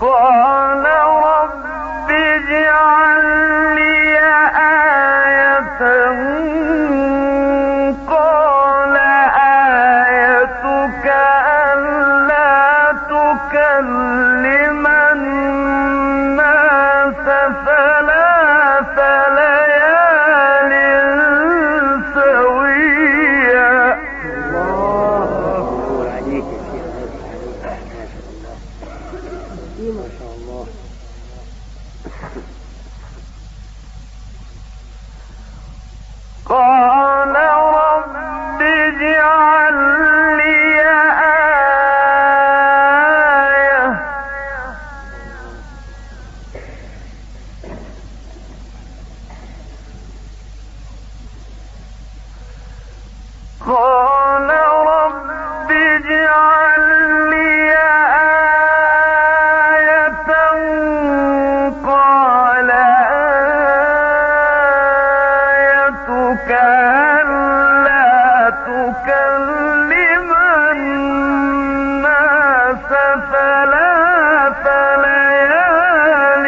قال رب اجعل لي آية قال آيتك ألا تكلم الناس ثلاث ليال سويا. ما شاء الله. قال رب اجعل لي آية قال رب اجعل لي آية قال آيتك ألا تكلم الناس ثلاث ليال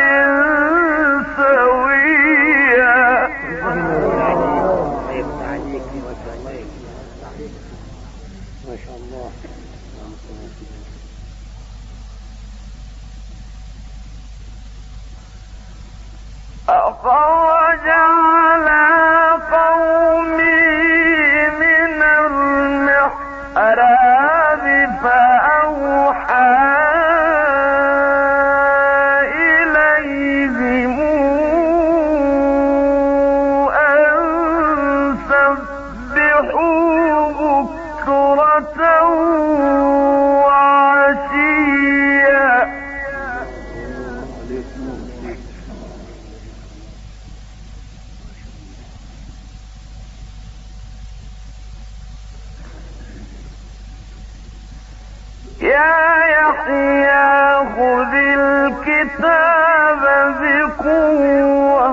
سويا. ما شاء الله. أخرج على قومه من المحراب فأوحى إليهم أن سبحوا بكرة وعشيا. يا يحيى خذ الكتاب بقوة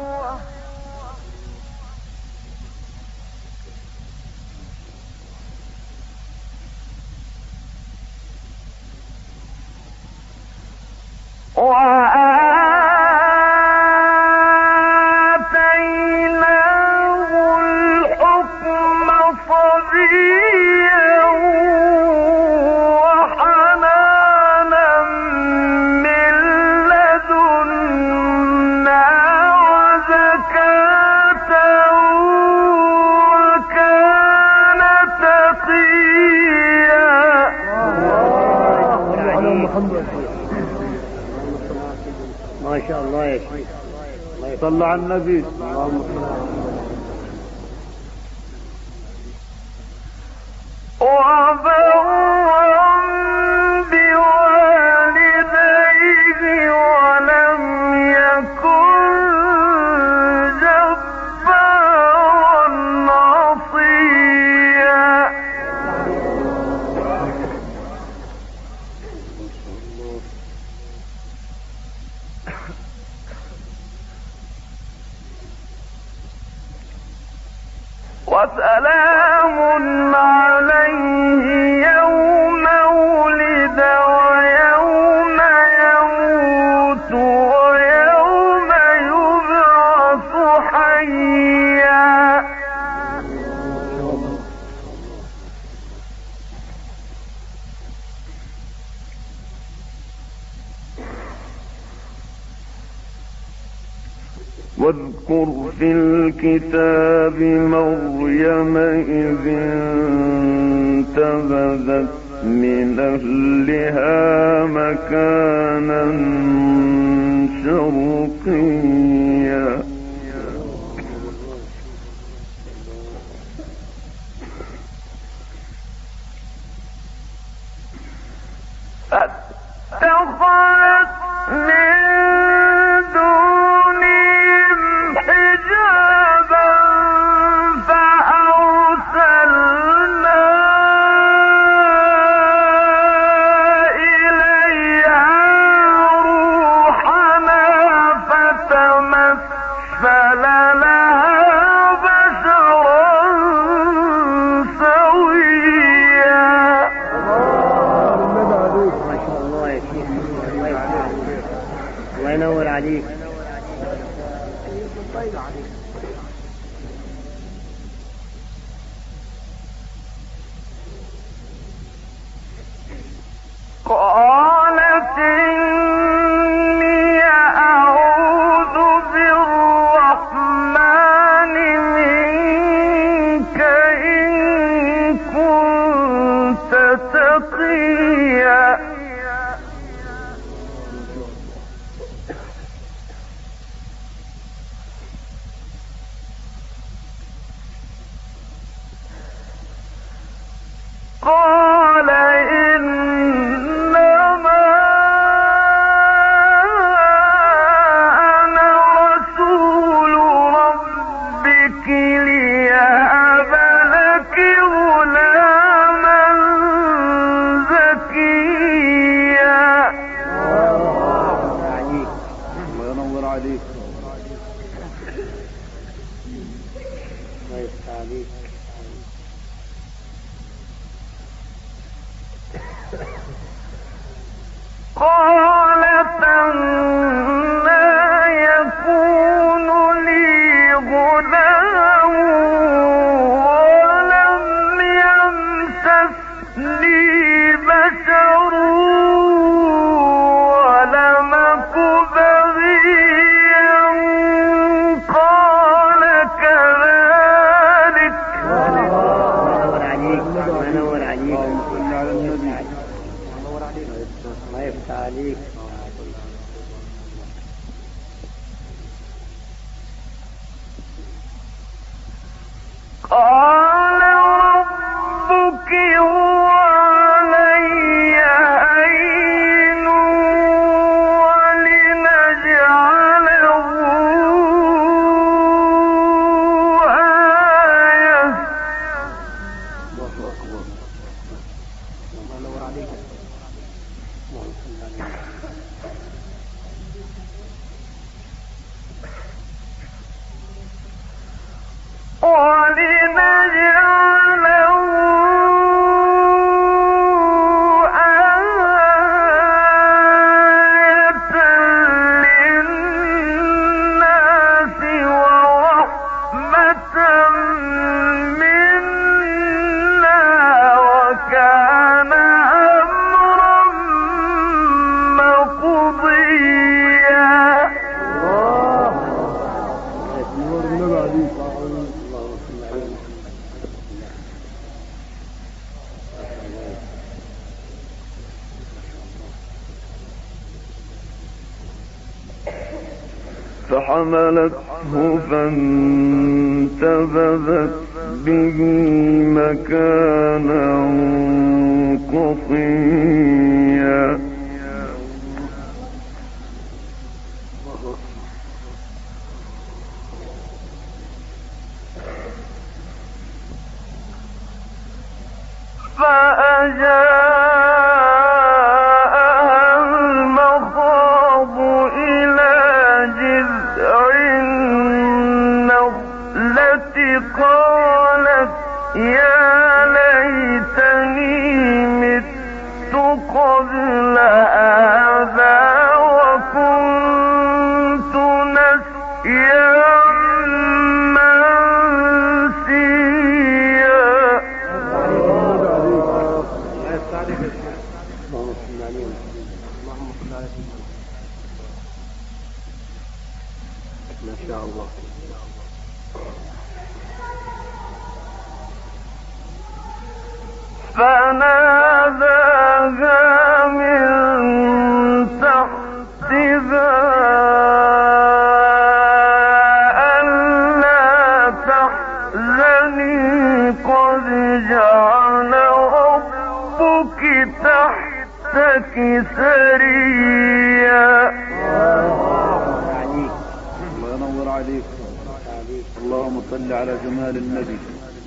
وآتيناه الحكم صبيا وحنانا من لدنا وزكاة وكان تقيا. ما شاء الله يا شيخ. صلى على النبي. وبرا بوالديه ولم يكن جبارا عصيا. وسلام عليه يوم ولد ويوم يموت ويوم يبعث حيا. واذكر في الكتاب مريم إذ انتبذت من أهلها مكانا شرقيا. فاتخذت من دونهم حجابا فأرسلنا إليها روحنا فتمثل لها بشرا سويا. ما شاء الله يا شيخ. تقيا قال إنما أنا رسول ربك ليهب لك غلاما زكيا. الله ينور عليك. الله يفتح عليك. قالت أنى يكون لي غلام ولم يمسسني بشر ولم أك بغيا قال كذلك. الله ينور عليك. صل على النبي. الله يفتح عليك. قال ربك هو علي هين ولنجعله آية. الله أكبر. الله ينور عليك. اللهم صل على النبي. ولنجعله آية للناس ورحمة منا وكان أمرا مقضيا. نور النبي عليك. اللهم صل على النبي. فحملته فانتبذت به مكانا قصيا. فأجاءها المخاض إلى جذع النخلة قالت يا ليتني مت قبل هذا وكنت نسيا منسيا. اللهم صل عليه. اللهم صل على سيدنا. ما شاء الله. فناداها من تحتها ألا تحزني قد جعل ربك تحتك سريا. عليك. الله ينور عليك. عليك. اللهم صل على جمال النبي.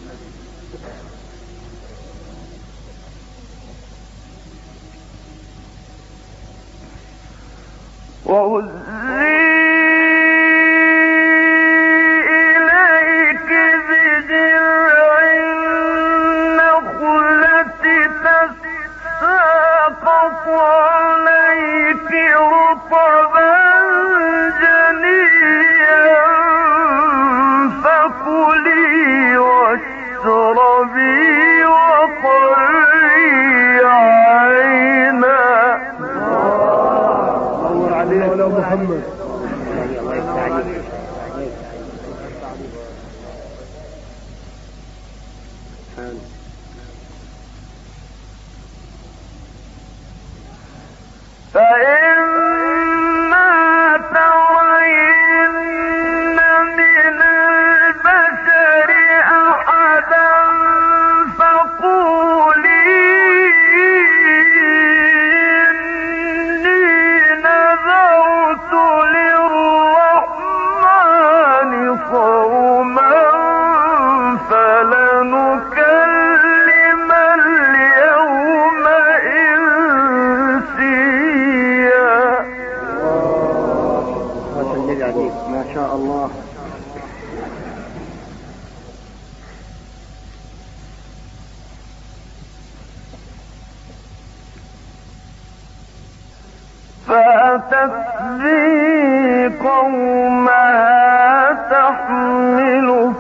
وهزي إليك بجذع النخلة تساقط عليك رطبا جنيا فكلي واشربي وقري عينا. نور عليك يا محمد. الله يفتح عليك. فإما ترين من البشر أحدا فقولي إني نذرت للرحمن صوما فلنكلم اليوم إنسيا. ما شاء الله. فأتت به قومها تحمله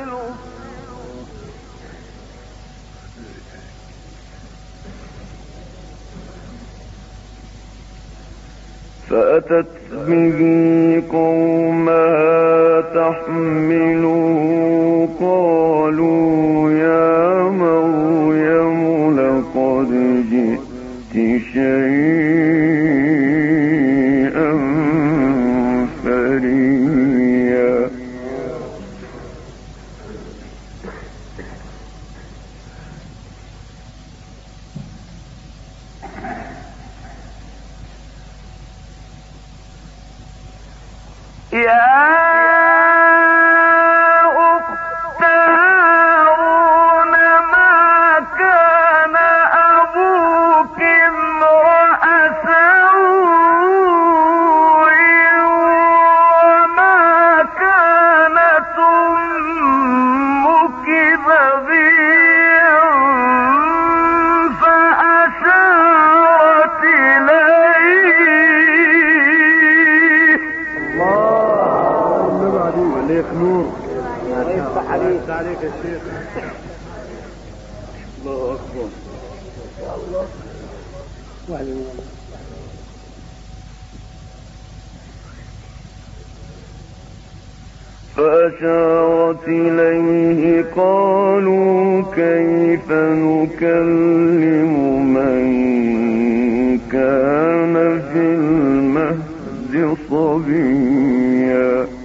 قالوا يا مريم لقد جئت شيئا فريا. يا أخت هارون ما كان أبوك امرأ سوء وما كانت أمك بغيا فأشارت إليه. عليك نور. يفتح عليك. عليك يا شيخ. الله أكبر. فأشارت إليه قالوا كيف نكلم من كان في المهد صبيا.